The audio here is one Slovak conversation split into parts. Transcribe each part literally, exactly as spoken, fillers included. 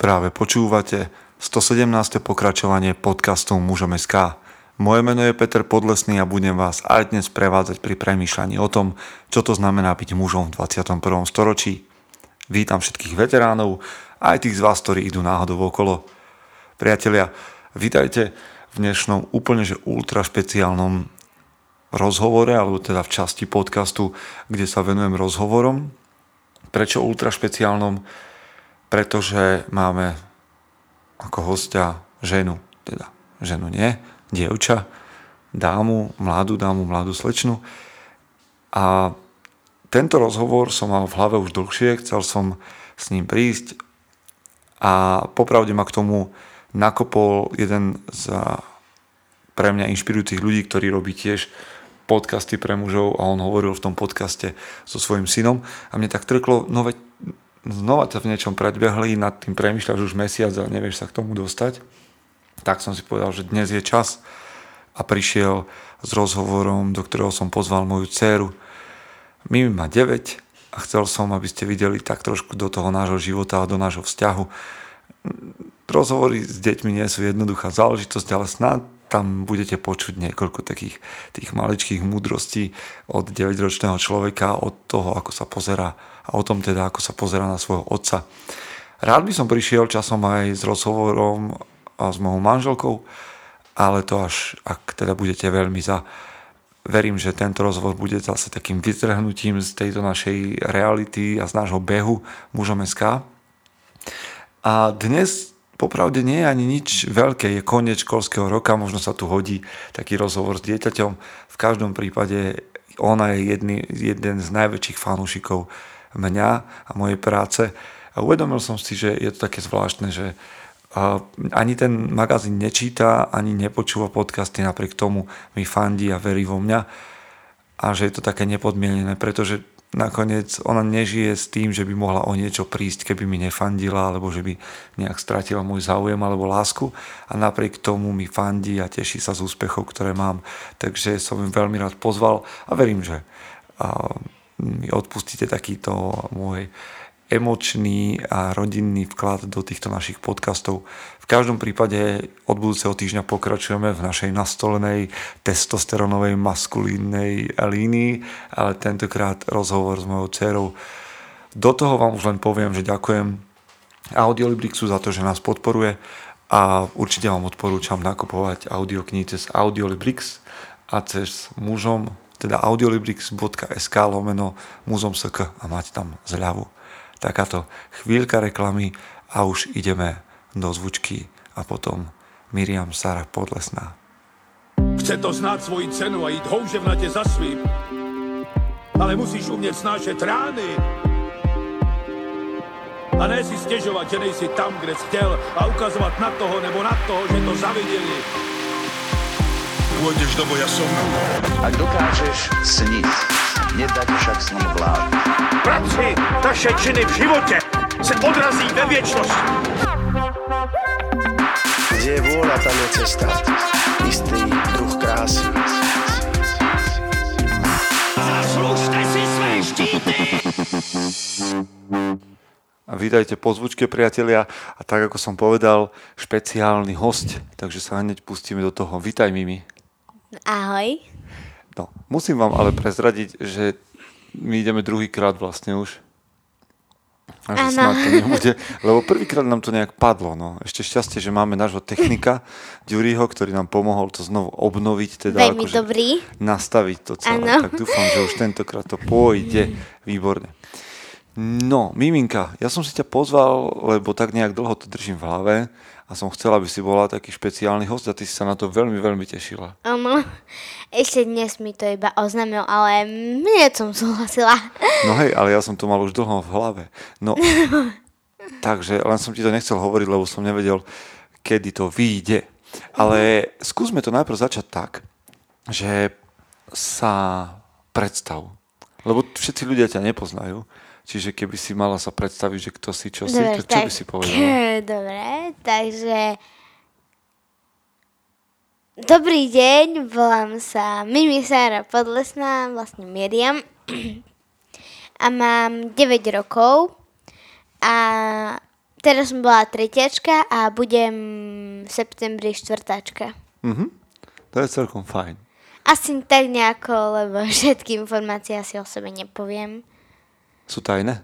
Práve počúvate stosedemnáste pokračovanie podcastu Mužom es ká. Moje meno je Peter Podlesný a budem vás aj dnes prevádzať pri premýšľaní o tom, čo to znamená byť mužom v dvadsiatom prvom storočí. Vítam všetkých veteránov, aj tých z vás, ktorí idú náhodou okolo. Priatelia, vítajte v dnešnom úplne že ultra špeciálnom rozhovore, alebo teda v časti podcastu, kde sa venujem rozhovorom. Prečo ultra špeciálnom? Pretože máme ako hostia ženu, teda ženu nie, dievča, dámu, mladú dámu, mladú slečnu. A tento rozhovor som mal v hlave už dlhšie, chcel som s ním prísť a popravde ma k tomu nakopol jeden z pre mňa inšpirujúcich ľudí, ktorý robí tiež podcasty pre mužov a on hovoril v tom podcaste so svojím synom a mne tak trklo, no veď znova sa v niečom predbehli, nad tým premýšľaš už mesiac a nevieš sa k tomu dostať. Tak som si povedal, že dnes je čas a prišiel s rozhovorom, do ktorého som pozval moju dcéru. Mimi má deväť a chcel som, aby ste videli tak trošku do toho nášho života a do nášho vzťahu. Rozhovory s deťmi nie sú jednoduchá záležitosť, ale snad tam budete počuť niekoľko takých tých maličkých múdrostí od deväťročného človeka, od toho, ako sa pozerá a o tom teda, ako sa pozerá na svojho otca. Rád by som prišiel časom aj s rozhovorom a s mojou manželkou, ale to až, ak teda budete veľmi za. Verím, že tento rozhovor bude zase takým vytrhnutím z tejto našej reality a z nášho behu Mužom es ká. A dnes popravde nie je ani nič veľké, je koniec školského roka, možno sa tu hodí taký rozhovor s dieťaťom. V každom prípade ona je jedný, jeden z najväčších fanúšikov mňa a mojej práce. A uvedomil som si, že je to také zvláštne, že ani ten magazín nečíta, ani nepočúva podcasty, napriek tomu mi fandí a verí vo mňa. A že je to také nepodmienené, pretože nakoniec ona nežije s tým, že by mohla o niečo prísť, keby mi nefandila, alebo že by nejak stratila môj záujem alebo lásku. A napriek tomu mi fandí a teší sa z úspechov, ktoré mám. Takže som im veľmi rád pozval a verím, že mi odpustíte takýto môj emočný a rodinný vklad do týchto našich podcastov. V každom prípade od budúceho týždňa pokračujeme v našej nastolenej testosterónovej maskulínnej línii, ale tentokrát rozhovor s mojou dcerou. Do toho vám už len poviem, že ďakujem Audiolibrixu za to, že nás podporuje a určite vám odporúčam nakupovať audioknihy cez Audiolibrix a cez mužom, teda audiolibrix.sk lomeno mužom es ká a máte tam zľavu. Takáto chvíľka reklamy a už ideme do zvučky a potom Miriam Sara Podlesná. Chce to znát svoji cenu a jít houževnatě za svým, ale musíš umět snášet rány a ne si stěžovat, že nejsi tam, kde jsi chtěl a ukazovat na toho nebo na toho, že to zaviděli. Pôjdeš do boja som. Ak dokážeš sniť, nedať však sním vlád. Práci taše činy v životě se odrazí ve věčnosti. Kde je vôľa, tam je cesta. Istý druh krásy. Zaslužte si své štíty. A vítajte po zvučke, priatelia. A tak, ako som povedal, špeciálny hosť. Takže sa hneď pustíme do toho. Vítaj, Mimi. Ahoj. No, musím vám ale prezradiť, že my ideme druhýkrát vlastne už. A že snad to nebude, lebo prvýkrát nám to nejak padlo. No. Ešte šťastie, že máme nášho technika, Ďuriho, ktorý nám pomohol to znovu obnoviť. Teda veľmi akože dobrý. Nastaviť to celé. Ano. Tak dúfam, že už tentokrát to pôjde. Výborne. No, Miminka, ja som si ťa pozval, lebo tak nejak dlho to držím v hlave a som chcela, aby si bola taký špeciálny host a ty si sa na to veľmi, veľmi tešila. Áno, ešte dnes mi to iba oznámil, ale mne som súhlasila. No hej, ale ja som to mal už dlho v hlave. No, takže len som ti to nechcel hovoriť, lebo som nevedel, kedy to vyjde. Ale skúsme to najprv začať tak, že sa predstav. Lebo všetci ľudia ťa nepoznajú. Čiže keby si mala sa predstaviť, že kto si, čo si, Dobre, tak čo tak, by si povedala? Dobre, takže dobrý deň, volám sa Mimi Sara Podlesná, vlastne Miriam a mám deväť rokov a teraz som bola tretiačka a budem v septembri štvrtáčka. Mhm. To je celkom fajn. Asi tak nejako, lebo všetky informácie asi o sebe nepoviem. Sú tajné?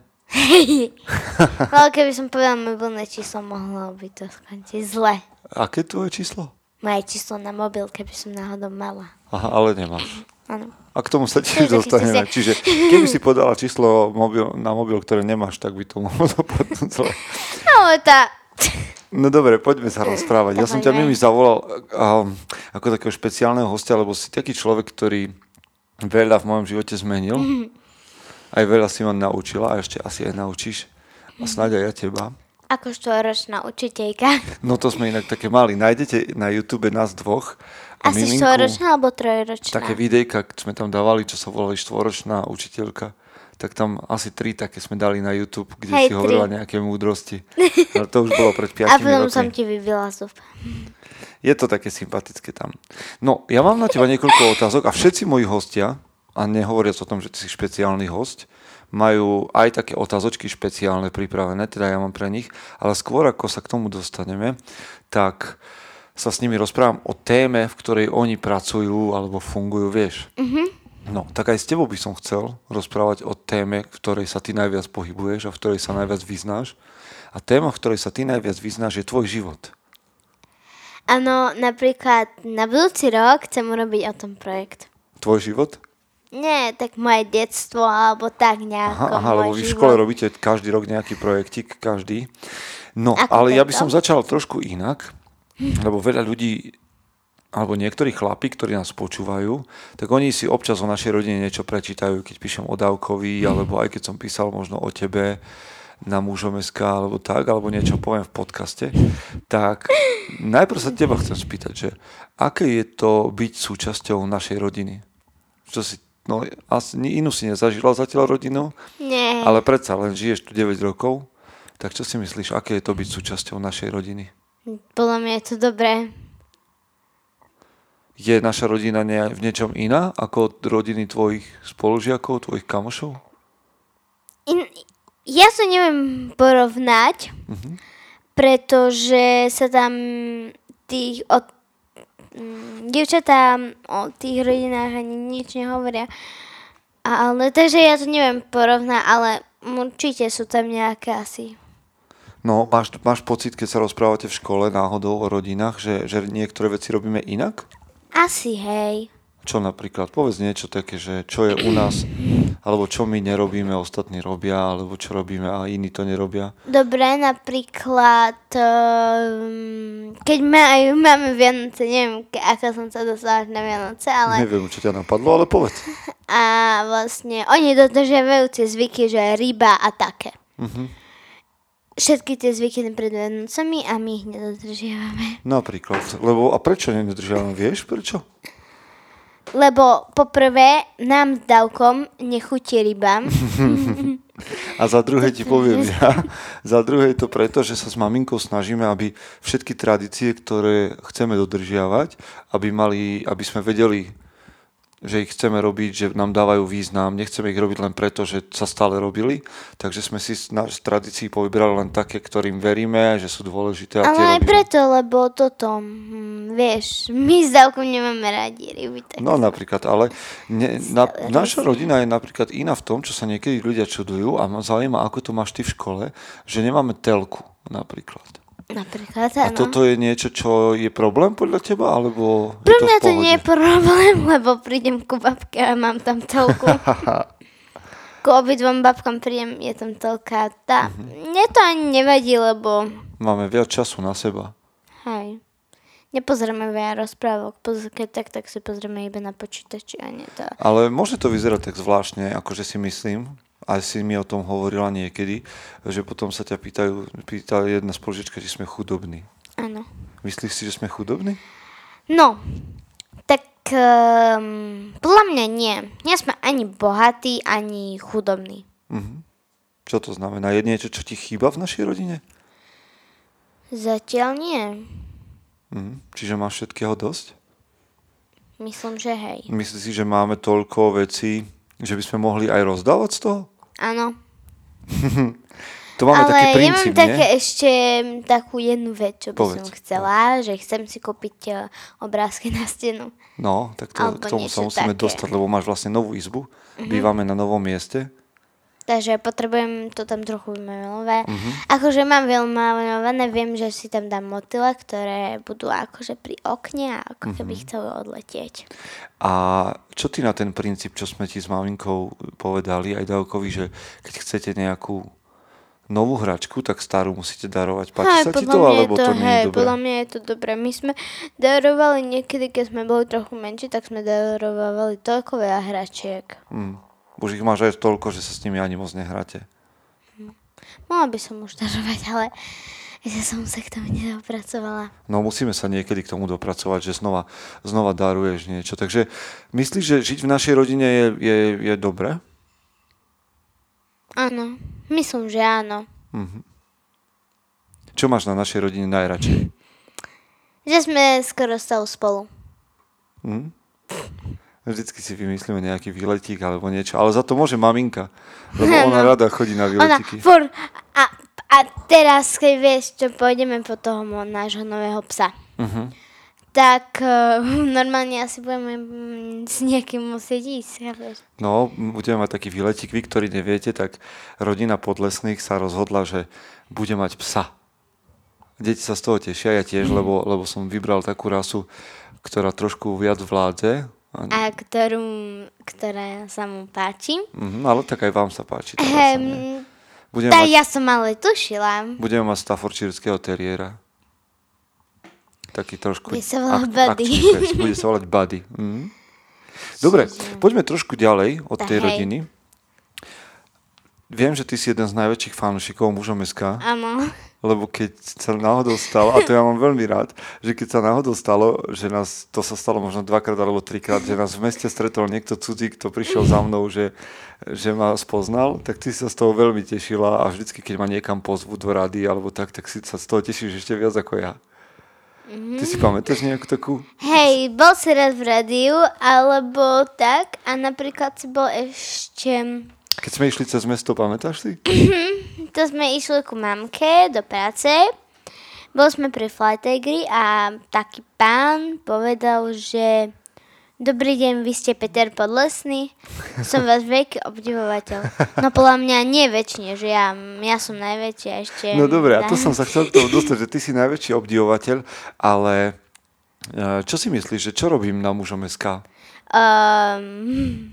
Ale keby som povedala mobilné číslo, mohlo by to skončiť zle. Aké je tvoje číslo? Moje číslo na mobil, keby som náhodou mala. Aha, ale nemáš. Áno. A k tomu sa tiež Takže dostaneme. si- Čiže keby si podala číslo mobil, na mobil, ktoré nemáš, tak by to mohlo dopadnúť zle. No, tá... No dobre, poďme sa rozprávať. Ja som ťa Poďme. Mimi zavolal um, ako takého špeciálneho hostia, lebo si taký človek, ktorý veľa v mojom živote zmenil. Aj veľa si ma naučila a ešte asi aj naučíš. A snáď aj ja teba. Ako štvoročná učiteľka. No to sme inak také mali. Nájdete na YouTube nás dvoch. A Asi Miminku, štvoročná alebo trojročná. také videjka, sme tam dávali, čo sa volali štvoročná učiteľka. Tak tam asi tri také sme dali na YouTube, kde Hej, si tri. hovorila nejaké múdrosti. Ale to už bolo pred A piatimi potom rokmi. som ti vybila zub. Je to také sympatické tam. No, ja mám na teba niekoľko otázok a všetci moji hostia, a nehovoriac o tom, že ty si špeciálny host, majú aj také otázočky špeciálne pripravené, teda ja mám pre nich, ale skôr ako sa k tomu dostaneme, tak sa s nimi rozprávam o téme, v ktorej oni pracujú alebo fungujú, vieš. Mm-hmm. No, tak aj s tebou by som chcel rozprávať o téme, v ktorej sa ty najviac pohybuješ a v ktorej sa najviac vyznáš. A téma, v ktorej sa ty najviac vyznáš, je tvoj život. Áno, napríklad na budúci rok chcem urobiť o tom projekt. Tvoj život? Nie, tak moje detstvo, alebo tak nejako. Aha, aha môj lebo vy v život. škole robíte každý rok nejaký projektik, každý. No, Ako ale ja by tento? som začal trošku inak, lebo veľa ľudí, alebo niektorí chlapi, ktorí nás počúvajú, tak oni si občas o našej rodine niečo prečítajú, keď píšem o Dávkovi, alebo aj keď som písal možno o tebe na mužom bodka es ká, alebo tak, alebo niečo poviem v podcaste. Tak najprv sa teba chcem spýtať, že aké je to byť súčasťou našej rodiny? Čo si, no asi inú si nezažila zatiaľ rodinu, Nie. ale predsa len žiješ tu deväť rokov, tak čo si myslíš, aké je to byť súčasťou našej rodiny? Podľa mňa je to dobré. Je naša rodina ne, v niečom iná ako od rodiny tvojich spolužiakov, tvojich kamošov? In, ja sa neviem porovnať, Mhm. pretože sa tam tých od, mm, dievčatá o tých rodinách ani nič nehovoria. Ale, takže ja to neviem porovnať, ale určite sú tam nejaké asi. No, máš, máš pocit, keď sa rozprávate v škole náhodou o rodinách, že, že niektoré veci robíme inak? Asi, hej. Čo napríklad? Povedz niečo také, že čo je u nás, alebo čo my nerobíme, ostatní robia, alebo čo robíme a iní to nerobia. Dobre, napríklad, um, keď majú, máme Vianoce, neviem, ke- ako som sa dostala až na Vianoce, ale Neviem, čo ťa napadlo, ale povedz. a vlastne oni dodržiavajú tie zvyky, že ryba a také. Mhm. Všetky tie zvyky pred Vianocami a my ich nedodržiavame. Napríklad. Lebo, a prečo nedodržiavame? Vieš prečo? Lebo poprvé nám s Davkom nechutí ryba. A za druhé ti poviem ja, za druhé je to preto, že sa s maminkou snažíme, aby všetky tradície, ktoré chceme dodržiavať, aby, mali, aby sme vedeli, že ich chceme robiť, že nám dávajú význam, nechceme ich robiť len preto, že sa stále robili, takže sme si z z tradícií povybrali len také, ktorým veríme, že sú dôležité a tie Ale aj robíme. preto, lebo toto, hm, vieš, my s Davkom nemáme radi ryby. Tak No napríklad, ale ne, na, naša rodina je napríklad iná v tom, čo sa niekedy ľudia čudujú a ma zaujíma, ako to máš ty v škole, že nemáme telku napríklad. napríklad, A áno. toto je niečo, čo je problém podľa teba, alebo Pre je to mňa v to pohode? nie je problém, lebo prídem ku babke a mám tam telku. Ku obidvom babkám prídem, je tam telka. Tá, Mhm. mne to ani nevadí, lebo Máme viac času na seba. hej, nepozrieme veľa rozprávok, poz- keď tak, tak si pozrieme iba na počítači a nie to. Ale môže to vyzerať tak zvláštne, akože si myslím, aj si mi o tom hovorila niekedy, že potom sa ťa pýtajú, pýta jedna spolužička, či sme chudobní. Áno. Myslíš si, že sme chudobní? No, tak um, podľa mňa nie. Nie sme ani bohatí, ani chudobní. Mhm. Čo to znamená? Je niečo, čo ti chýba v našej rodine? Zatiaľ nie. Mhm. Čiže máš všetkého dosť? Myslím, že hej. Myslíš si, že máme toľko vecí, že by sme mohli aj rozdávať z toho? Áno. To máme Ale taký ja princíp, mám také nie? ešte takú jednu vec, čo by Povedz. som chcela, že chcem si kúpiť eh, obrázky na stenu. No, tak to, Alebo k tomu sa niečo musíme také. dostať, lebo máš vlastne novú izbu. Bývame na novom mieste. Takže potrebujem to tam trochu vymaľovať. Mhm. Akože mám vymaľované, viem, že si tam dám motyle, ktoré budú akože pri okne a ako keby Mhm. chceli odletieť. A čo ty na ten princíp, čo sme ti s maminkou povedali, aj Davkovi, že keď chcete nejakú novú hračku, tak starú musíte darovať. Páči sa ti to, alebo to nie je hej, dobré? podľa mňa je to dobré. My sme darovali niekedy, keď sme boli trochu menší, tak sme darovali toľko veľa hračiek. Mm. Už ich máš aj toľko, že sa s nimi ani moc nehráte. Mohla by som už darovať, ale ja som sa k tomu nedopracovala. No musíme sa niekedy k tomu dopracovať, že znova, znova daruješ niečo. Takže myslíš, že žiť v našej rodine je, je, je dobré? Áno, myslím, že áno. Čo máš na našej rodine najradšej? Že sme skoro stále spolu. Hm? Vždycky si vymyslíme nejaký výletík alebo niečo, ale za to môže maminka, lebo ona rada chodí na Ona, výletíky. fur, a, a teraz, keď vieš, čo pôjdeme po toho mo- nášho nového psa, Uh-huh. tak uh, normálne asi budeme mm, s niekým musieť ísť. chápeš? No, budeme mať taký výletík. Vy, ktorí neviete, tak rodina Podlesných sa rozhodla, že bude mať psa. Deti sa z toho tešia, ja tiež, lebo, lebo som vybral takú rasu, ktorá trošku viac vládze. A ktorú, ktorá sa mu páči. Mhm, ale tak aj vám sa páči. tá rasa, Ehm, nie? Budeme tá mať, ja som ale tušila. budeme mať staffordshírskeho teriéra. Taký trošku... Bude sa volať ak- Buddy. akčný pes. Bude sa volať Buddy. Mhm. Dobre, poďme trošku ďalej od Tak tej hej. rodiny. Viem, že ty si jeden z najväčších fanúšikov mužom es ká. Áno. Lebo keď sa náhodou stalo, a to ja mám veľmi rád, že keď sa náhodou stalo, že nás, to sa stalo možno dvakrát alebo trikrát, že nás v meste stretol niekto cudzí, kto prišiel za mnou, že, že ma spoznal, tak ty sa z toho veľmi tešila a vždycky, keď ma niekam pozvú do rady alebo tak, tak si sa z toho tešíš ešte viac ako ja. Mm-hmm. Ty si pamätáš nejakú takú? Hej, bol si rád v rádiu, alebo tak, a napríklad si bol ešte... Keď sme išli cez mesto, pamätáš si? To sme išli ku mamke do práce, boli sme pri Flytegri a taký pán povedal, že dobrý deň, vy ste Peter Podlesný, som vás veľký obdivovateľ. No podľa mňa nie väčšine, že ja, ja som najväčší a ešte... No dobre, a to som sa chcel k tomu dostať, že ty si najväčší obdivovateľ, ale e, čo si myslíš, že čo robím na mužom es ká? Um,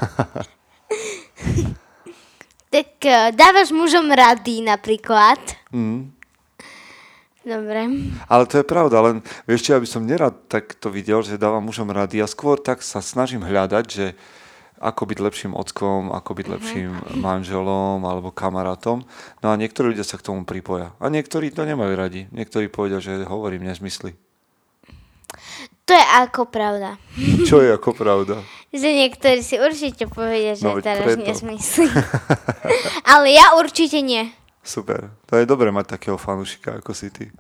tak uh, dávaš mužom rady napríklad. Mm. Dobre. Ale to je pravda, len vieš čo, ja by som nerad takto videl, že dávam mužom rady. Ja skôr tak sa snažím hľadať, že ako byť lepším ockom, ako byť lepším manželom alebo kamarátom. No a niektorí ľudia sa k tomu pripoja. A niektorí to nemajú radi. Niektorí povedia, že hovorím nezmysly. To je ako pravda. Čo je ako pravda? Že niektorí si určite povedia, že No no, veď teraz preto. nesmyslí. Ale ja určite nie. Super. To je dobré mať takého fanúšika, ako si ty.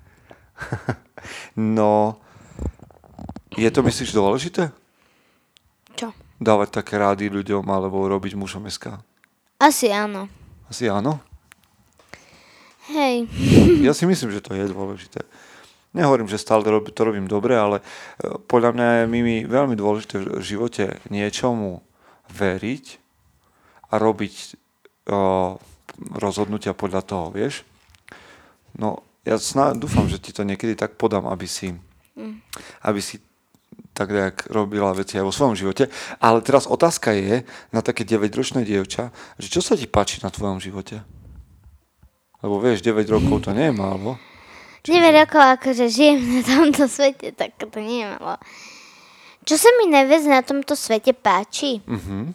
No, je to, myslíš, dôležité? Čo? Dávať také rády ľuďom alebo robiť mužom es ká? Asi áno. Asi áno? Hej. Ja si myslím, že to je dôležité. Nehovorím, že stále to robím dobre, ale e, podľa mňa je mi veľmi dôležité v živote niečomu veriť a robiť o, rozhodnutia podľa toho, vieš? No, ja sná, dúfam, že ti to niekedy tak podám, aby si, mm. aby si tak nejak robila veci aj vo svojom živote. Ale teraz otázka je na také deväťročné dievča, že čo sa ti páči na tvojom živote? Lebo vieš, deväť rokov to nie je málo. deväť rokov akože žijem na tomto svete, tak to nie je malo. Čo sa mi najviac na tomto svete páči? Mhm.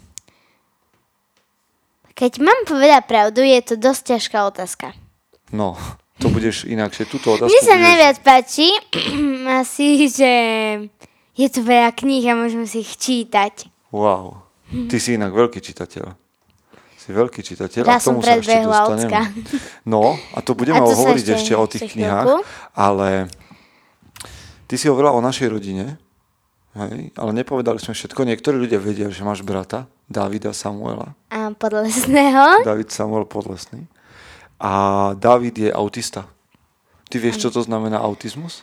Keď mám povedať pravdu, je to dosť ťažká otázka. No, to budeš inakšie. Túto otázku Mne sa budeš... najviac páči asi, že je tu veľa kníh a môžeme si ich čítať. Wow. Ty si inak veľký čitateľ. Si veľký čitateľ Ja a k som tomu sa ešte predbehla dostaneme. ocka. No, a to budeme A to sa hovoriť ešte- ešte o tých ešte knihách, chvíľku. ale ty si hovorila o našej rodine, hej, ale nepovedali sme všetko. Niektorí ľudia vedia, že máš brata, Davida Samuela. A Podlesného. David Samuel Podlesný. A David je autista. Ty vieš, čo to znamená autizmus?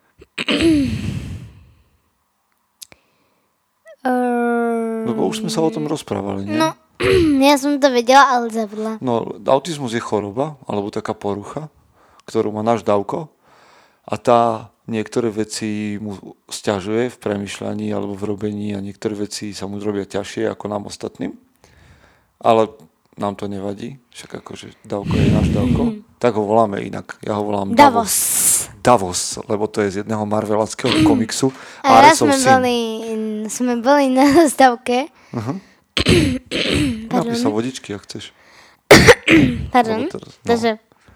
Uh, Lebo už sme sa o tom rozprávali, nie? No, ja som to vedela, ale zabudla. No, autizmus je choroba, alebo taká porucha, ktorú má náš Davko. A tá niektoré veci mu sťažuje v premýšľaní alebo v robení a niektoré veci sa mu robia ťažšie ako nám ostatným. Ale nám to nevadí, však akože Davko je náš Davko. Tak ho voláme inak. Ja ho volám Davos. Davos. Davos, lebo to je z jedného marvelackého komiksu. A raz Aresov sme syn. boli, sme boli na stavke. Napí sa vodičky, ak chceš. Pardon. Alebo teraz, no. Takže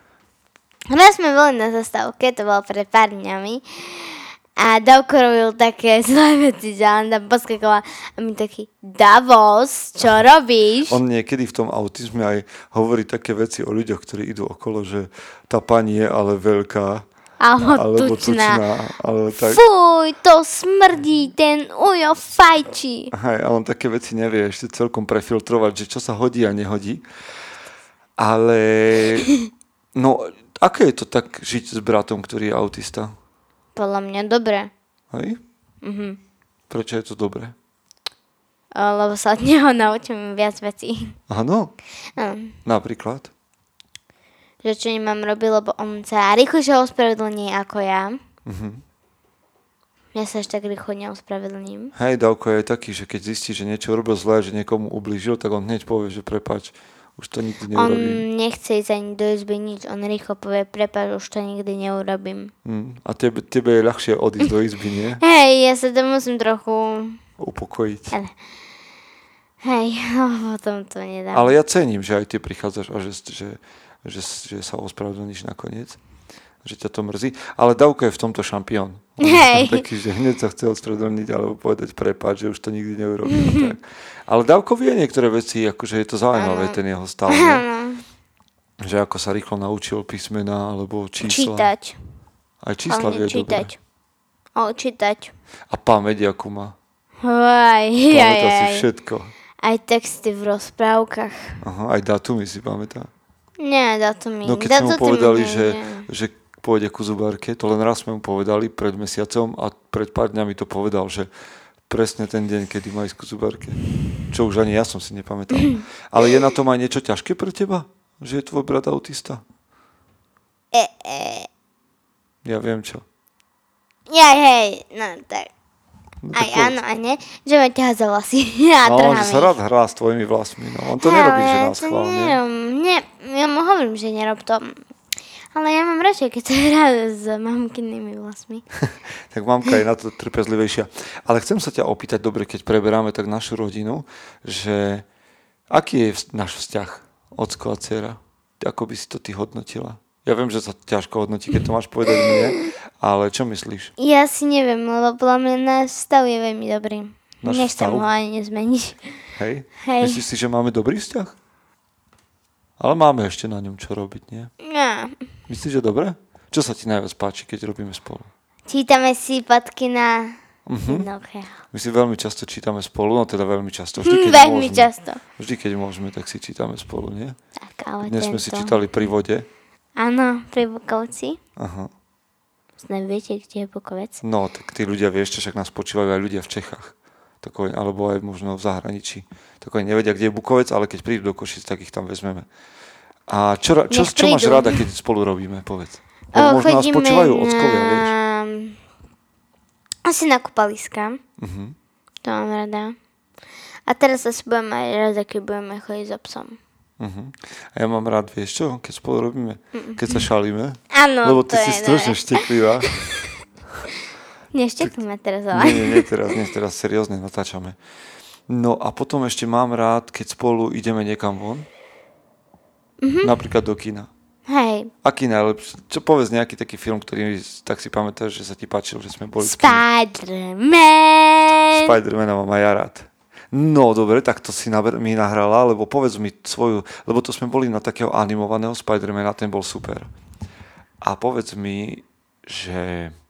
raz sme boli na zastávke, to bolo pred pár dňami. A Davko robil také zlé veci, že on tam poskakoval a my taký, Davos, čo robíš? On niekedy v tom autizme aj hovorí také veci o ľuďoch, ktorí idú okolo, že tá pani je ale veľká, Alebo, alebo tučná. tučná, ale tak... Fuj, to smrdí, ten ujo fajčí. Hej, a on také veci nevie ešte celkom prefiltrovať, že čo sa hodí a nehodí. Ale... No, aké je to tak žiť s bratom, ktorý je autista? Podľa mňa dobre. Hej? Mhm. Prečo je to dobré? Lebo sa od neho naučím viac vecí. Áno, Hm. napríklad. Že čo nemám robiť, lebo on sa rýchlejšie ospravedlní ako ja. Mhm. Ja sa až tak rýchlo neospravedlním. Hej, Davko je taký, že keď zistí, že niečo urobil zlé, že niekomu ublížil, tak on hneď povie, že prepáč, už to nikdy On neurobím. nechce ísť ani do izby nič. On rýchlo povie, prepáč, už to nikdy neurobím. Hm. A tebe, tebe je ľahšie odísť do izby, nie? Hej, ja sa to musím trochu... Upokojiť. Ale... Hej, potom to nedám. Ale ja cením, že aj ty prichádzaš a že, že, že, že sa ospravedlníš nakoniec. Že ťa to mrzí. Ale Davko je v tomto šampión. On Hej. je taký, že hneď sa chce ospravedlniť alebo povedať prepáč, že už to nikdy neurobím. Tak. Ale Davko vie niektoré veci, akože je to zaujímavé, ten jeho stav. Ne? Že ako sa rýchlo naučil písmena alebo čísla. Čítať. Aj čísla Hlavne vie čítať. dobre. O, čítať. A pamäť, akú má. Aj, aj, Pamätá si aj. všetko. Aj texty v rozprávkach. Aha, aj dátumy si pamätá. Nie, dátumy. No keď sme mu Dátumy povedali, nie, že, nie. že pôjde ku zubárke, to len raz sme mu povedali pred mesiacom a pred pár dňami to povedal, že presne ten deň, kedy má ísť ku zubárke. Čo už ani ja som si nepamätal. Ale je na tom aj niečo ťažké pre teba? Že je tvoj brat autista? E, e. Ja viem čo. Ja, hej, no tak. No, Aj tak povedz. áno, aj ne. Že ma ťaha za vlasy. Ja No, trhám že sa ich. rád hrá s tvojimi vlasmi. No, on to nerobí, že nás to chválne. nerom- Nie, ja mu hovorím, že nerob to. Ale ja mám radšej, keď sa hrá s mamkynými vlasmi. Tak mamka je na to trpezlivejšia. Ale chcem sa ťa opýtať, dobre, keď preberáme tak našu rodinu, že aký je vz- náš vzťah, ocko a dcera? Ako by si to ty hodnotila? Ja viem, že sa ťažko hodnotí, keď to máš povedať mne, ale čo myslíš? Ja si neviem, lebo podľa mňa náš stav je veľmi dobrý. Náš Nechcem stav? ho ani nezmeniť. Hej? Hej. Myslíš si, že máme dobrý vzťah? Ale máme ešte na ňom čo robiť, nie? No. Myslíš, že dobre? Čo sa ti najviac páči, keď robíme spolu? Čítame si fotky na Mhm. jednoduché. My si veľmi často čítame spolu, no teda veľmi často. Vždy, keď Veľmi môžeme. často. Vždy, keď môžeme, tak si čítame spolu, nie? Tak, ale Dnes tento... sme si čítali Pri vode. Áno, pri Bukovci. Aha. Snad viete, kde je Bukovec? No, tak tí ľudia, vieš, však nás počúvajú aj ľudia v Čechách. Takové, alebo aj možno v zahraničí. Takové nevedia, kde je Bukovec, ale keď prídu do Košic, tak ich tam vezmeme. A čo, ra- čo, Nech čo máš prídu. rada, keď spolu robíme, povedz? O, Lebo možno nás chodíme počúvajú ockovia, vieš. na... Asi na kúpaliska. Mhm. To mám rada. A teraz sa budeme aj rada, keď budeme chodiť so psom. Uh-huh. A ja mám rád, vieš čo, keď spolu robíme, keď sa šalíme, Áno, lebo to ty si je strašne šteklivá. Neštekneme teraz, Nie, ale... nie, nie, teraz, nie, teraz seriózne natáčame. No a potom ešte mám rád, keď spolu ideme niekam von, Mhm. napríklad do kina. Hej, Aký najlepší? Čo povedz nejaký taký film, ktorý tak si pamätáš, že sa ti páčil, že sme boli v kine? Spider-Man! Spider-Mana mám aj ja rád. No dobre, tak to si naber- mi nahrala, lebo povedz mi svoju, lebo to sme boli na takého animovaného Spider-Mana, ten bol super. A povedz mi, že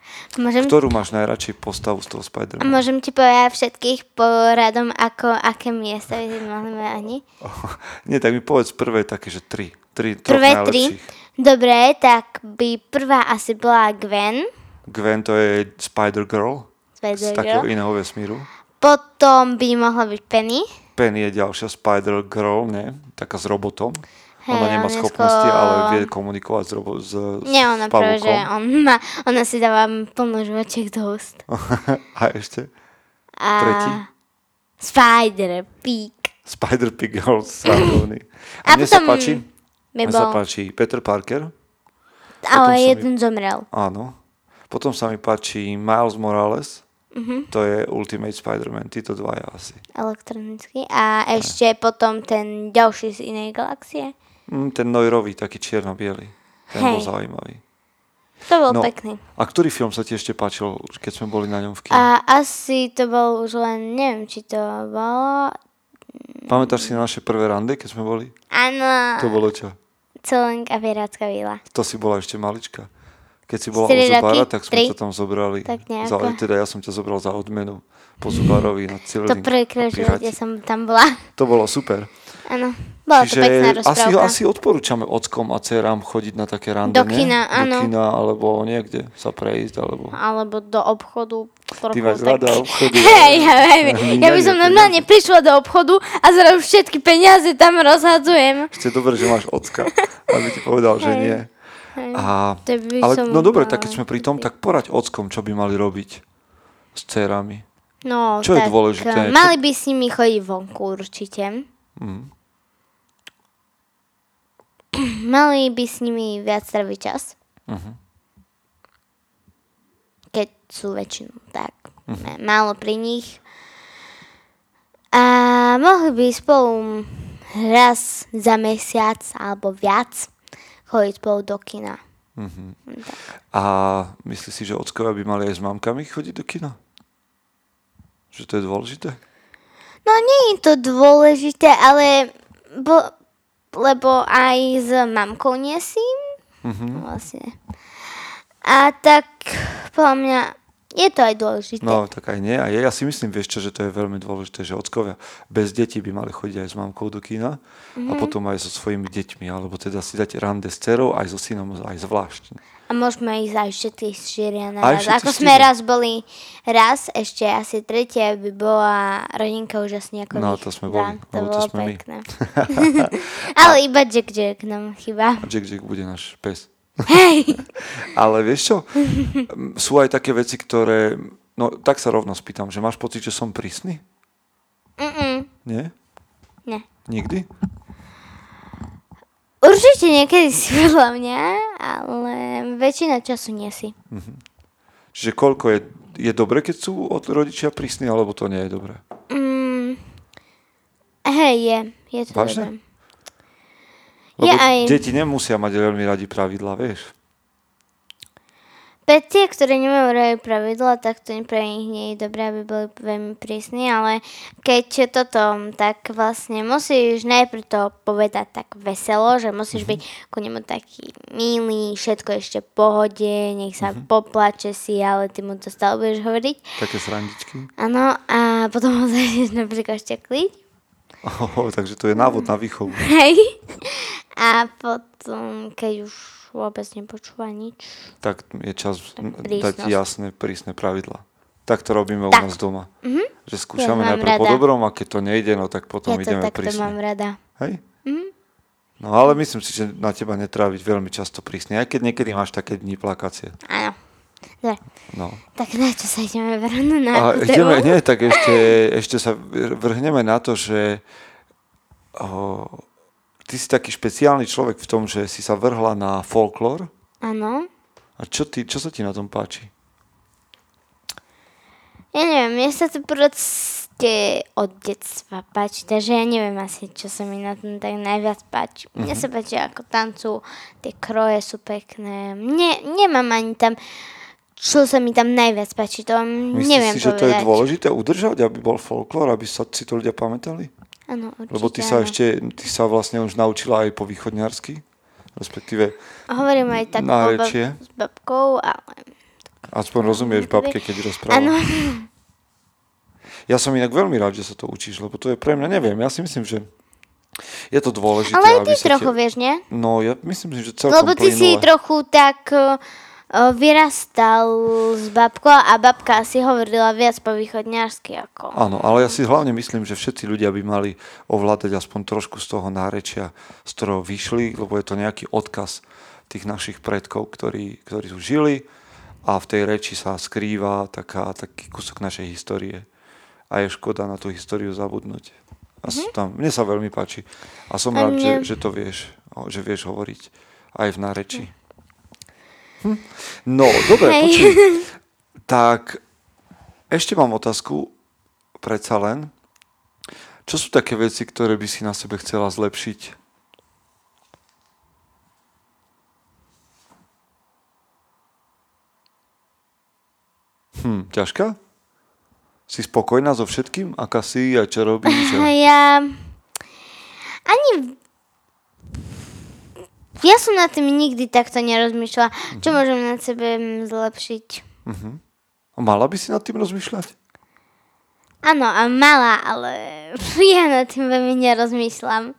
Môžem, Ktorú máš najradšej postavu z toho Spider-Mana? môžem ti povedať všetkých poradom, ako, aké miesta by sme mohli mať ani? Nie, tak mi povedz prvé také, že tri. tri Prvé troch tri? najlepších. Dobre, tak by prvá asi bola Gwen. Gwen to je Spider-Girl z takého Spider-Girl. iného vesmíru. Potom by mohla byť Penny. Penny je ďalšia Spider-Girl, nie? Taká s robotom. Hej, Ona nemá on je schopnosti, skôr- ale vie komunikovať s, robo- s, Nie, ona s práve, že pavúkom. on má, ona si dáva plno žvačiek do úst. A ešte? A Tretí? Spider-Pig. Spider-Pig Girl, srandovný. A A mne sa potom páči, by mne sa bol- páči Peter Parker, Ale sa mi- jeden zomrel. áno. Potom sa mi páči Miles Morales, Mhm. to je Ultimate Spider-Man, títo dvaja asi. Elektronicky. A ešte potom ten ďalší z inej galaxie. Mm, ten Noirový, taký čierno-biely. Ten bol Hej. zaujímavý. To bol No. pekný. A ktorý film sa ti ešte páčil, keď sme boli na ňom v kine? A asi to bol už len, neviem, či to bolo... Pamätáš si na naše prvé rande, keď sme boli? Áno, To bolo čo? Celenk a Pirátska vila. To si bola ešte malička. Keď si bola Štyri u Zubára, roky? tak sme Tri? ťa tam zobrali. Tak nejako. Za, teda ja som ťa zobral za odmenu po Zubárovi na celý To prvýkrát v živote som tam bola. To bolo super. Áno, bola to pekná Čiže asi, rozprávka. asi odporúčame ockom a dcerám chodiť na také rande, Do nie? kina, áno. Do kina, alebo niekde sa prejsť, alebo... Alebo do obchodu. Ty máš rada obchody. Hej, hej, hej. Mňa Ja by nie, som to normálne prišla do obchodu a zrazu všetky peniaze tam rozhadzujem. Ešte dobre, že máš ocka, aby ti povedal, že Hej. nie. A, To by ale som no dobre, mala tak keď sme pri tom, tak poraď ockom, čo by mali robiť s dcerami. No, Čo je tak, dôležité? eh, mali by s nimi chodiť vonku určite. Mm. Mali by s nimi viac traviť čas. Mhm. Keď sú väčšinu tak Mhm. málo pri nich. A mohli by spolu raz za mesiac alebo viac chodiť spolu do kina. Mhm. Tak. A myslíš si, že ockovia by mali aj s mamkami chodiť do kina? Že to je dôležité? No nie je to dôležité, ale bo, lebo aj s mamkou nesím. Mhm. Vlastne. A tak podľa mňa je to aj dôležité. No, tak aj nie. A je, ja si myslím, vieš čo, že to je veľmi dôležité, že ockovia bez detí by mali chodiť aj s mamkou do kina Mhm. a potom aj so svojimi deťmi, alebo teda si dať rande s dcerou, aj so synom, aj zvlášť. A môžeme ísť aj všetky štyria Aj naraz. všetky Ako sme štyria? raz boli, raz ešte asi tretia by bola rodinka úžasne ako No, vy. to sme Dá, boli, To lebo to bolo sme my. pekné. Ale iba Jack Jack nám chýba. A Jack Jack bude náš pes. Hej! Ale vieš čo? M, Sú aj také veci, ktoré... No, tak sa rovno spýtam, že máš pocit, že som prísny? Mm-mm. Nie? Ne. Nikdy? Určite niekedy si podľa mňa, ale väčšina času nie si. Čiže koľko je... Je dobre, keď sú od rodičia prísni, alebo to nie je dobré? Mm, hej, je. Je to Vážne? dobré. Lebo Je aj- deti nemusia mať veľmi radi pravidlá, vieš? Pre tie, ktorí nemajú radi pravidla, tak to pre nich nie je dobré, aby boli veľmi prísni, ale keď toto, tak vlastne musíš najprv to povedať tak veselo, že musíš byť ku nemu taký milý, všetko ešte v pohode, nech sa poplače si, ale ty mu to stále budeš hovoriť. Také srandičky. Áno, a potom ho začneš napríklad štekliť. Oh, takže to je návod na výchovu. Hej. A potom, keď už vôbec nepočúva nič. Tak je čas n- prísnosť. dať jasné, prísne pravidlá. Tak to robíme u Tak. nás doma. Mhm. Že skúšame Ja mám najprv po rada. dobrom a keď to nejde, no tak potom Ja to ideme takto prísne. mám rada. Hej? Mhm. No ale myslím si, že na teba netráviť veľmi často prísne, aj keď niekedy máš také dni plakacie. Áno. Dobre, No. tak na čo sa ideme vrhnúť na A akú ideme, tému? nie, tak ešte, ešte sa vrhneme na to, že o, ty si taký špeciálny človek v tom, že si sa vrhla na folklór. Áno. A čo, ty, čo sa ti na tom páči? Ja neviem, mne sa to proste od detstva páči, takže ja neviem asi, čo sa mi na tom tak najviac páči. Mne sa páči, ako tancujú, tie kroje sú pekné. Ne, nemám ani tam, čo sa mi tam najviac páči, to Myslíš neviem si, že to je povedať. dôležité udržať, aby bol folklór, aby sa si to ľudia pamätali? Áno, určite. Lebo ty sa áno. ešte, ty sa vlastne už naučila aj po východňarsky, respektíve Hovorím aj tak o bab- nárečie. s babkou, ale Aspoň rozumieš babke, keď rozpráva. Áno. Ja som inak veľmi rád, že sa to učíš, lebo to je pre mňa, neviem, ja si myslím, že je to dôležité. Ale aj ty aby sa trochu tie... vieš, nie? No, ja myslím, že celkom Lebo ty plynule. si trochu tak uh, vyrastal s babkou a babka si hovorila viac po východňarsky ako... Áno, ale ja si hlavne myslím, že všetci ľudia by mali ovládať aspoň trošku z toho nárečia, z ktorého vyšli, lebo je to nejaký odkaz tých našich predkov, ktorí, ktorí tu žili a v tej reči sa skrýva taká, taký kúsok našej histórie. A je škoda na tú históriu zabudnúť. A mm-hmm. tam, mne sa veľmi páči. A som a rád, mne... že, že to vieš, že vieš hovoriť aj v náreči. Hm. No, dobre, počuj. Tak, ešte mám otázku, predsa len. Čo sú také veci, ktoré by si na sebe chcela zlepšiť? Hm, ťažká? Si spokojná so všetkým? Aká si a čo robíš? A... Ja... Ani... Ja som nad tým nikdy takto nerozmýšľala. Čo Mhm. môžem nad sebe zlepšiť? Uh-huh. Mala by si nad tým rozmýšľať? Áno, a mala, ale ja nad tým veľmi nerozmýšľam.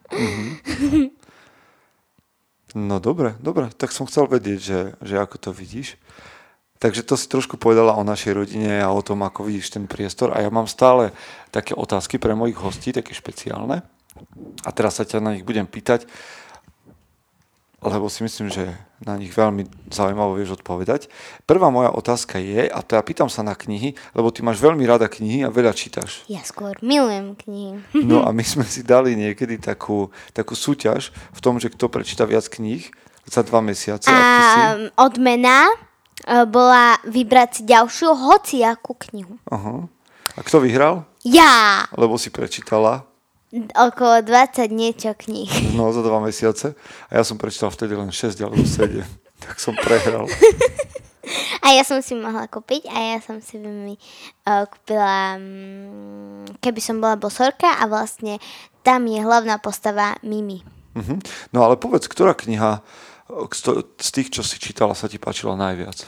No dobre, dobre. Tak som chcel vedieť, že, že ako to vidíš. Takže to si trošku povedala o našej rodine a o tom, ako vidíš ten priestor. A ja mám stále také otázky pre mojich hostí, také špeciálne. A teraz sa ťa na nich budem pýtať, lebo si myslím, že na nich veľmi zaujímavo vieš odpovedať. Prvá moja otázka je, a teda pýtam sa na knihy, lebo ty máš veľmi rada knihy a veľa čítaš. Ja skôr milujem knihy. No a my sme si dali niekedy takú, takú súťaž v tom, že kto prečíta viac kníh za dva mesiace. A ty si... odmena e, bola vybrať si ďalšiu hociakú knihu. Aha. A kto vyhral? Ja! Lebo si prečítala Okolo dvadsať niečo kníh. no za dva mesiace a ja som prečítal vtedy len šesť alebo sedem. Tak som prehral. A ja som si mohla kúpiť a ja som si veľmi uh, kúpila um, Keby som bola bosorka a vlastne tam je hlavná postava Mimi. Uh-huh. No ale povedz, ktorá kniha z tých, čo si čítala, sa ti páčila najviac?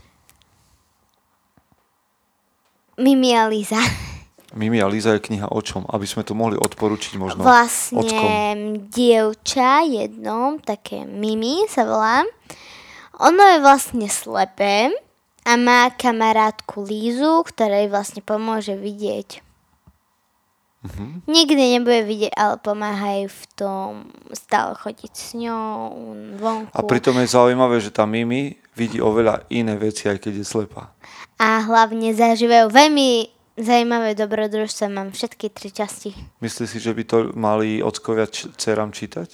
Mimi a Líza. Mimi a Líza je kniha o čom? Aby sme to mohli odporučiť možno Vlastne ockom. dievča jedno, také Mimi sa volá. Ono je vlastne slepé a má kamarátku Lízu, ktorej vlastne pomôže vidieť. Uh-huh. Nikdy nebude vidieť, ale pomáha jej v tom stále chodiť s ňou vonku. A pritom je zaujímavé, že tá Mimi vidí oveľa iné veci, aj keď je slepá. A hlavne zažívajú veľmi zaujímavé dobrodružstva. Mám všetky tri časti. Myslíš si, že by to mali ockovia č- dcerám čítať?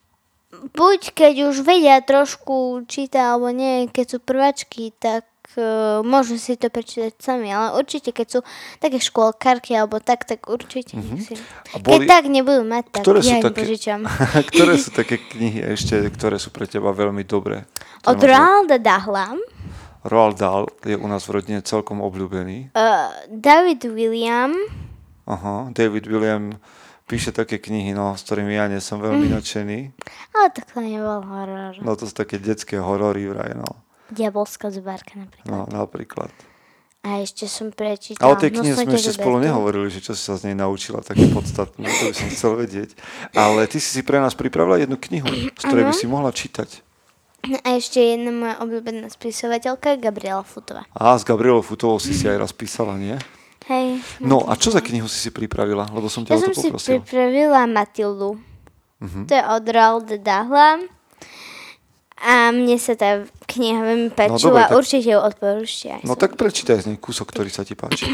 Buď keď už vedia trošku čítať, alebo nie, keď sú prváčky, tak uh, môžu si to prečítať sami. Ale určite, keď sú také škôlkarky, alebo tak, tak určite mm-hmm. si. A boli... Keď tak nebudú mať, tak ktoré ja sú im také... požičam. Ktoré sú také knihy ešte, ktoré sú pre teba veľmi dobré? Od Roalda Dahla. Roald Dahl je u nás v rodine celkom obľúbený. Uh, David William. Aha, David William píše také knihy, no, s ktorými ja nie som veľmi mm. nadšený. Ale tak to nebol horor. No to sú také detské horory vraj, no. Diabolská zubárka napríklad. No, napríklad. A ešte som prečítala. A o tej knihe sme ešte spolu nehovorili, že čo si sa z nej naučila, také podstatné, to by som chcel vedieť. Ale ty si si pre nás pripravila jednu knihu, z ktorej by si mohla čítať. A ešte jedna moja obľúbená spisovateľka, Gabriela Futová. Á, s Gabrielou Futovou si si aj raz písala, nie? Hej. No a čo za knihu si si pripravila? Lebo som ťa ja o to som si poprosil. pripravila Matildu. Uh-huh. To je od Roalda Dahla. A mne sa tá kniha veľmi páčila. No, tak... Určite ju odporúčam. No tak prečítaj z nej kúsok, ktorý sa ti páči.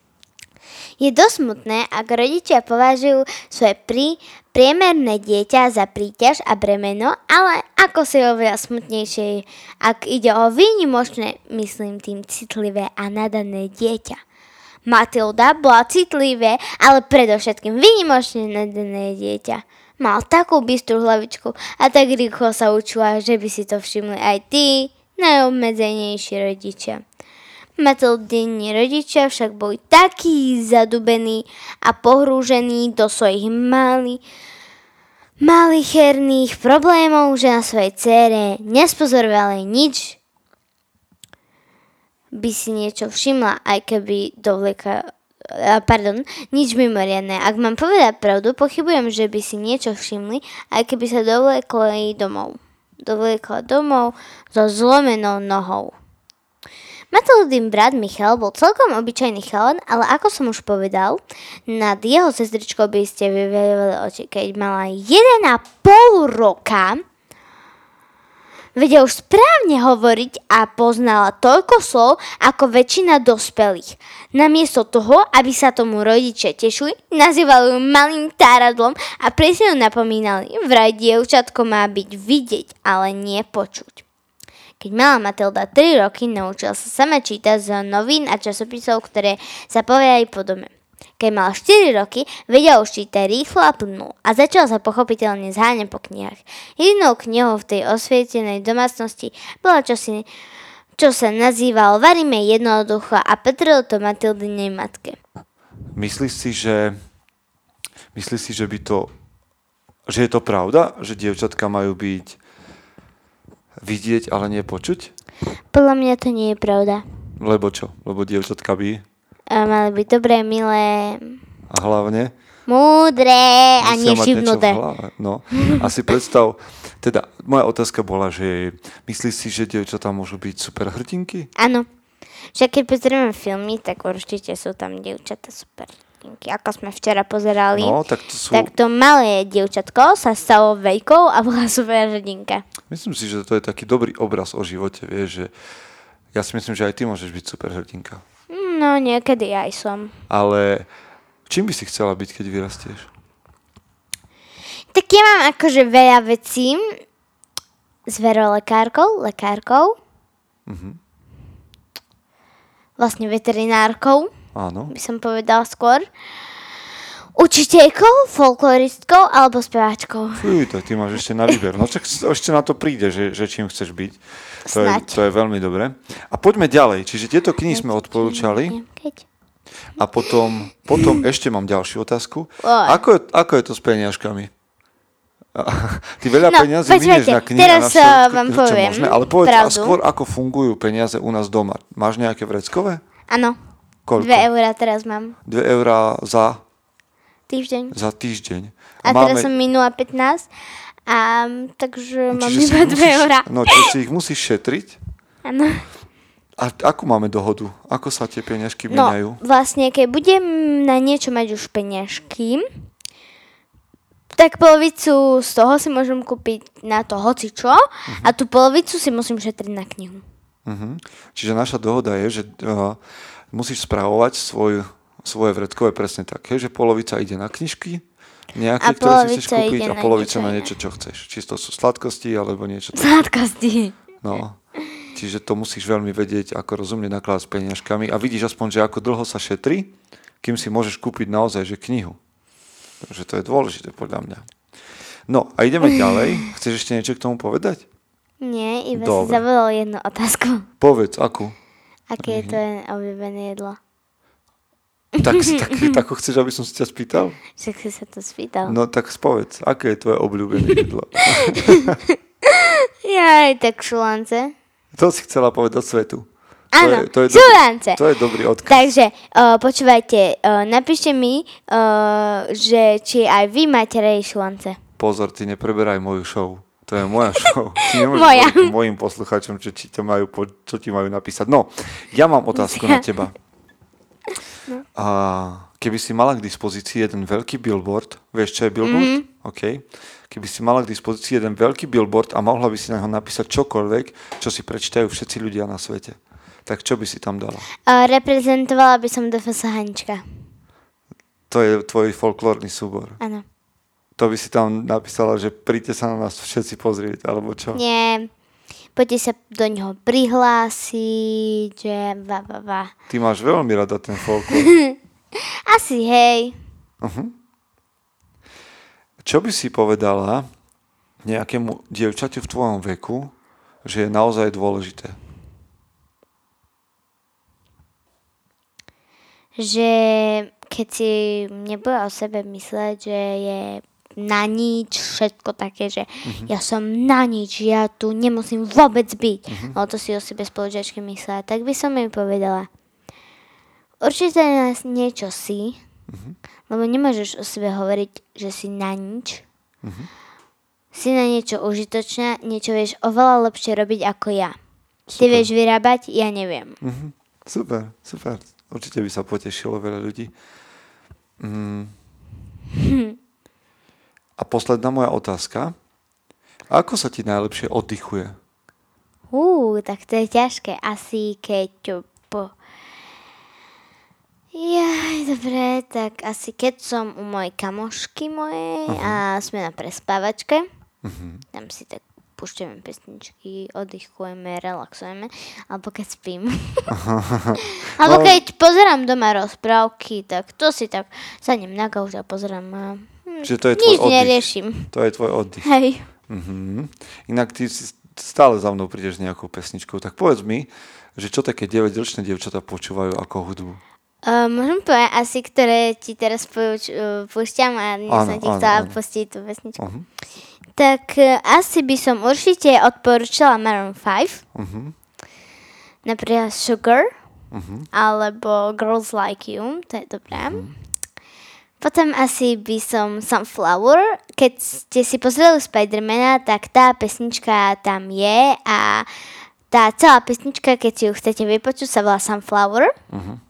Je dosť smutné, ak rodičia považujú svoje prí, priemerné dieťa za príťaž a bremeno, ale ako si oveľa smutnejšie, ak ide o výnimočné, myslím tým citlivé a nadané dieťa. Matilda bola citlivé, ale predovšetkým výnimočne nadané dieťa. Mal takú bystrú hlavičku a tak rýchlo sa učila, že by si to všimli aj tí najobmedzenejší rodičia. Matildini rodičia však boli takí zadubení a pohrúžení do svojich malých malicherných problémov, že na svojej dcére nespozorovali nič by si niečo všimla, aj keby dovlieka, pardon, nič mimoriadne. Ak mám povedať pravdu, pochybujem, že by si niečo všimli, aj keby sa dovliekli domov. Dovliekla domov so zlomenou nohou. Matildin brat Michal bol celkom obyčajný chalan, ale ako som už povedal, nad jeho sestričkou by ste vyvelili oči. Keď mala jeden a pol roka, vedela už správne hovoriť a poznala toľko slov ako väčšina dospelých. Namiesto toho, aby sa tomu rodičia tešili, nazývali ju malým táradlom a presne ju napomínali. Vraj dievčatko má byť vidieť, ale nie počuť. Keď mala Matilda tri roky, naučila sa sama čítať z novín a časopisov, ktoré sa povedali po dome. Keď mala štyri roky, vedela už čítať rýchlo a plnú a začala sa pochopiteľne zháňať po knihách. Jedinou knihou v tej osvietenej domácnosti bola čosi, čo sa nazývalo Varíme jednoducho a patrilo to Matildinej matke. Myslíš si, že myslíš si, že by to že je to pravda, že dievčatka majú byť vidieť, ale nie počuť? Podľa mňa to nie je pravda. Lebo čo? Lebo dievčatka by A mali byť dobré, milé, a hlavne múdre a musia mať niečo v nevšimnuté. hlave. No, a si predstav, teda moja otázka bola, že myslíš si, že dievčatá môžu byť super hrdinky? Áno. Však keď pozrieme filmy, tak určite sú tam dievčatá super hrdinky. Ako sme včera pozerali, No, tak to sú... tak to malé dievčatko sa stalo veľkou a bola super hrdinka. Myslím si, že to je taký dobrý obraz o živote, vieš, že ja si myslím, že aj ty môžeš byť super hrdinka. No, niekedy aj som. Ale čím by si chcela byť, keď vyrastieš? Tak ja mám akože veľa vecí. Zverolekárkou, lekárkou. Mhm. Vlastne veterinárkou, Áno. by som povedala skôr. Učiteľkou, folkloristkou alebo speváčkou. Fuj, to ty máš ešte na výber. No čak ešte na to príde, že, že čím chceš byť. To je, Snaď. to je veľmi dobré. A poďme ďalej. Čiže tieto knihy sme odporúčali. Keď? A potom, potom ešte mám ďalšiu otázku. Oj. Ako je, ako je to s peniažkami? Ty veľa No, peniazí počúvajte, minieš na knihy teraz, a na všetko, uh, čo vám je poviem možné, ale povedz a pravdu. skôr, ako fungujú peniaze u nás doma. Máš nejaké vreckové? Áno. Koľko? Dve eurá teraz mám. Dve eurá za, Týždeň. za týždeň. A teraz som minula pätnásť. A takže mám Čiže si iba ich dve musíš- eurá. No, čiže si ich musíš šetriť. Áno. A akú máme dohodu? Ako sa tie peniažky No, míňajú? vlastne, keď budem na niečo mať už peňažky, tak polovicu z toho si môžem kúpiť na to hocičo uh-huh. a tú polovicu si musím šetriť na knihu. Uh-huh. Čiže naša dohoda je, že uh, musíš spravovať svoj, svoje vredkové presne tak, že polovica ide na knižky, nejaké, A ktoré si chceš polovica kúpiť ide a na polovica niečo na iné. niečo, čo chceš. Či to sú sladkosti alebo niečo. také. Sladkosti. No. Čiže to musíš veľmi vedieť, ako rozumne nakladať s peniažkami a vidíš aspoň, že ako dlho sa šetrí, kým si môžeš kúpiť naozaj že knihu. Takže to je dôležité podľa mňa. No a ideme ďalej. Chceš ešte niečo k tomu povedať? Nie, iba Dobre. si zavolal jednu otázku. Povedz, akú? Aké je tvoje obľúbené jedlo? Tak, tak, tak chceš, aby som si ťa spýtal? Však si sa to spýtal. No tak spovedz, aké je tvoje obľúbené jedlo? Jaj, tak šulance. To si chcela povedať svetu. Áno, to je, to je šulance. Dobrý, to je dobrý odkaz. Takže uh, počúvajte, uh, napíšte mi, uh, že či aj vy máte radi šulance. Pozor, ty nepreberaj moju show. To je moja show. Ty nemôžeš Moja. hovoriť mojim poslucháčom, čo, či to majú, po- čo ti majú napísať. No, ja mám otázku na teba. No. A keby si mala k dispozícii jeden veľký billboard, vieš, čo je billboard? Mhm. OK. Keby si mala k dispozícii jeden veľký billboard a mohla by si na ho napísať čokoľvek, čo si prečítajú všetci ľudia na svete, tak čo by si tam dala? Uh, reprezentovala by som dé ef es Hanička. To je tvoj folklórny súbor. Áno. To by si tam napísala, že príďte sa na nás všetci pozrieť, alebo čo? Nie, poďte sa do ňoho prihlásiť, že va, va, va. Ty máš veľmi rada ten folklór. Asi, hej. Uh-huh. Čo by si povedala nejakému dievčaťu v tvojom veku, že je naozaj dôležité? Že keď si nebude o sebe mysleť, že je na nič, všetko také, že uh-huh. ja som na nič, ja tu nemusím vôbec byť. Uh-huh. Ale to si o sebe spolužiačky myslela. Tak by som jej povedala, určite nás niečo si, uh-huh. lebo nemôžeš o sebe hovoriť, že si na nič. Uh-huh. Si na niečo užitočná, niečo vieš oveľa lepšie robiť ako ja. Ty super. Vieš vyrábať, ja neviem. Uh-huh. Super, super. Určite by sa potešilo veľa ľudí. Mm. Hm. A posledná moja otázka. Ako sa ti najlepšie oddychuje? Ú, tak to je ťažké. Asi keď... Po... Jaj, dobre, tak asi keď som u mojej kamošky mojej uh-huh. a sme na prespávačke, uh-huh. tam si tak púšťame pesničky, oddychujeme, relaxujeme, alebo keď spím. Alebo keď pozerám doma rozprávky, tak to si tak sadnem na gauč a pozerám a hm, čiže to je tvoj nič oddych. neriešim. To je tvoj oddych. Hej. Uh-huh. Inak ty si stále za mnou prídeš nejakou pesničkou, tak povedz mi, že čo také deväťročné dievčatá počúvajú ako hudbu? Uh, môžem povedať asi, ktoré ti teraz púšť, uh, púšťam a nie som ti chcela pustiť tú pesničku. Uh-huh. Tak uh, asi by som určite odporúčala Maroon five. Uh-huh. Napríklad Sugar. Uh-huh. Alebo Girls Like You. To je dobré. Uh-huh. Potom asi by som Sunflower. Keď ste si pozreli Spidermana, tak tá pesnička tam je a tá celá pesnička, keď si ju chcete vypočuť, sa volá Sunflower. Uh-huh.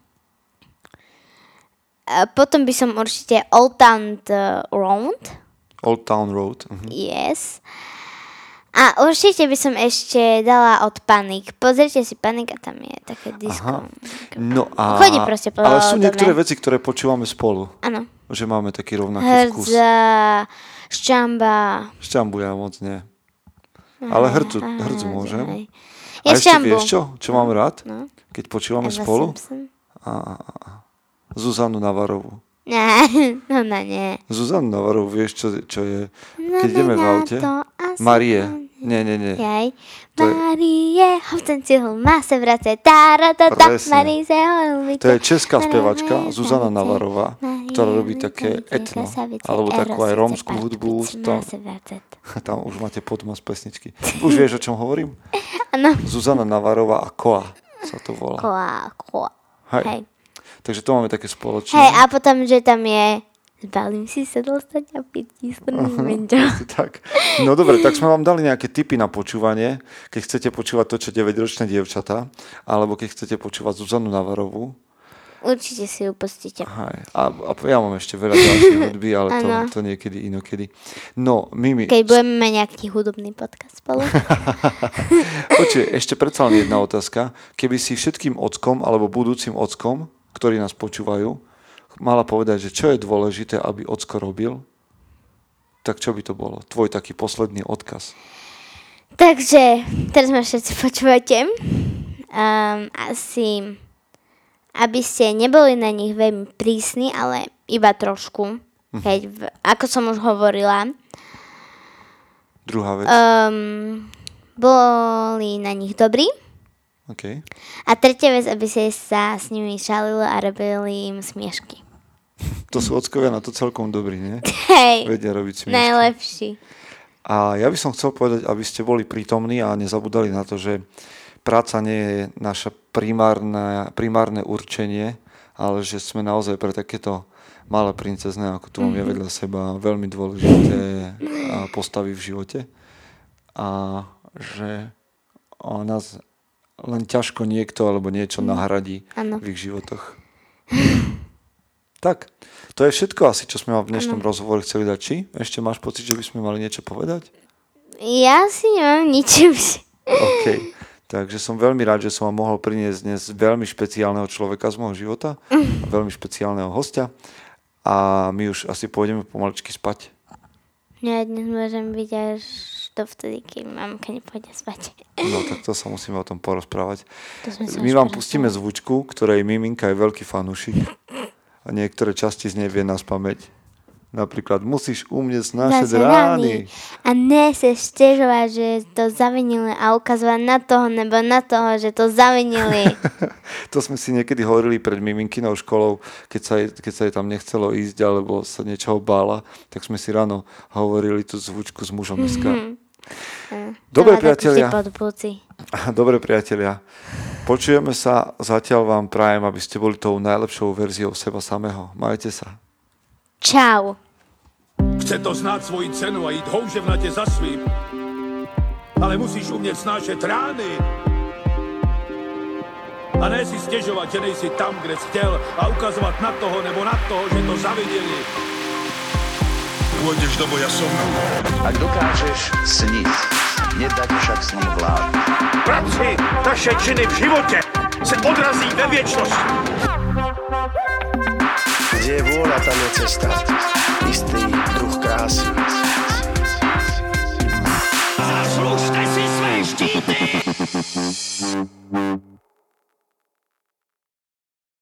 Potom by som určite Old Town Road. Old Town Road. Uh-huh. Yes. A určite by som ešte dala od Panic. Pozrite si Panic a tam je také disco. No a... Chodí proste po ale sú dome. niektoré veci, ktoré počúvame spolu. Áno. Že máme taký rovnaký Hrdza, vkus. Hrdza, Šťamba. Šťambu ja moc nie. Ale hrdzu, hrdzu môžem. Ja a ešte Šťambu. vieš čo? Čo mám rád? No. Keď počúvame Eva spolu? A, a, a. Zuzanu Navarovú. Ne, no na nie. Zuzanu Navarovú, vieš, čo, čo je? Keď ideme v aute. Marie. Nie, nie, nie. Jaj. Marie, hovcen cihol, má se vrace. Tá-ra-tá-tá, Marie se horúbi. To je česká spevačka Zuzana Navarová, ktorá robí také etno, alebo takú aj rómskú hudbu. Tam, tam už máte podmas pesničky. Už vieš, o čom hovorím? Áno. Zuzana Navarová a Koa sa to volá. Koa, Koa. Hej. Hej. Takže to máme také spoločné. Hej, a potom, že tam je zbalím si sa dostať a piť strný menčo. Tak. No dobre, tak sme vám dali nejaké tipy na počúvanie, keď chcete počúvať to, čo deväťročné dievčatá, alebo keď chcete počúvať Zuzanu Navarovú. Určite si ju pustíte. Hej. A, a ja mám ešte veľa ďalších hudby, ale to, to niekedy inokedy. No, Mimi... Keď budeme mať nejaký hudobný podcast spolu. Počuj, ešte predsa len jedna otázka. Keby si všetkým ockom alebo budúcim ockom, ktorí nás počúvajú, mala povedať, že čo je dôležité, aby ocko robil, tak čo by to bolo? Tvoj taký posledný odkaz. Takže, teraz ma všetci počúvate. Um, asi... aby ste neboli na nich veľmi prísni, ale iba trošku. Uh-huh. Keď, v, ako som už hovorila. Druhá vec. Um, boli na nich dobrí. Okay. A tretia vec, aby ste sa s nimi šalili a robili im smiešky. To sú ockovia na to celkom dobrí, nie? Hej, vedia robiť smiešky. Najlepší. A ja by som chcel povedať, aby ste boli prítomní a nezabudali na to, že práca nie je naše primárne, primárne určenie, ale že sme naozaj pre takéto malé princezné, ako tu mám ja vedľa seba, veľmi dôležité postavy v živote. A že o nás len ťažko niekto alebo niečo nahradí ano. v ich životoch. Tak, to je všetko asi, čo sme vám v dnešnom ano. rozhovore chceli dať. Či? Ešte máš pocit, že by sme mali niečo povedať? Ja si nemám nič. OK. Takže som veľmi rád, že som vám mohol priniesť dnes veľmi špeciálneho človeka z môjho života a veľmi špeciálneho hostia a my už asi pôjdeme pomaličky spať. Ja dnes môžem byť až do vtedy, keď mamka nepôjde spať. No tak to sa musíme o tom porozprávať. To my vám pustíme zvučku, ktorej Miminka je veľký fanúšik a niektoré časti z nej vie naspamäť. Napríklad musíš umieť snášať Zase rány. A ne sa stežovať, že to zavinili a ukazovať na toho nebo na toho, že to zavinili. To sme si niekedy hovorili pred miminkinou školou, keď sa, jej, keď sa jej tam nechcelo ísť alebo sa niečoho bála, tak sme si ráno hovorili tú zvučku s mužom dneska. Mm-hmm. Dobre, priatelia. Podpúci. Dobre, priatelia. Počujeme sa. Zatiaľ vám prajem, aby ste boli tou najlepšou verziou seba samého. Majte sa. Čau. Chce to znát svoji cenu a jít houževnatě za svým. Ale musíš umět snášet rány. A ne si stěžovat, že nejsi tam, kde jsi chtěl a ukazovat na toho nebo na toho, že to zaviděli. Pôjdeš do boja som. Ak dokážeš sniť, nedať však sním vlád. Práci, taše činy v životě se odrazí ve věčnosti. Kde je vôľa, tam je cesta. Istý druh krásy.